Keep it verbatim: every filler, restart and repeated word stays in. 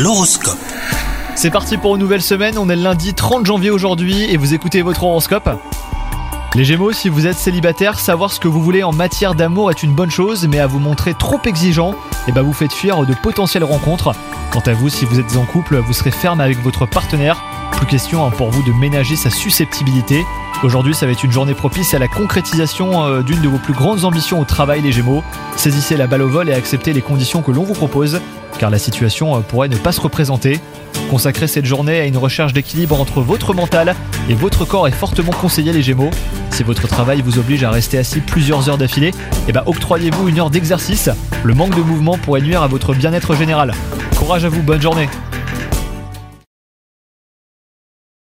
L'horoscope. C'est parti pour une nouvelle semaine, on est le lundi trente janvier aujourd'hui et vous écoutez votre horoscope. Les Gémeaux, si vous êtes célibataire, savoir ce que vous voulez en matière d'amour est une bonne chose, mais à vous montrer trop exigeant, et bah vous faites fuir de potentielles rencontres. Quant à vous, si vous êtes en couple, vous serez ferme avec votre partenaire. Plus question hein, pour vous de ménager sa susceptibilité. Aujourd'hui, ça va être une journée propice à la concrétisation euh, d'une de vos plus grandes ambitions au travail, les Gémeaux. Saisissez la balle au vol et acceptez les conditions que l'on vous propose, car la situation euh, pourrait ne pas se représenter. Consacrez cette journée à une recherche d'équilibre entre votre mental et votre corps est fortement conseillé, les Gémeaux. Si votre travail vous oblige à rester assis plusieurs heures d'affilée, eh ben octroyez-vous une heure d'exercice. Le manque de mouvement pourrait nuire à votre bien-être général. Courage à vous, bonne journée.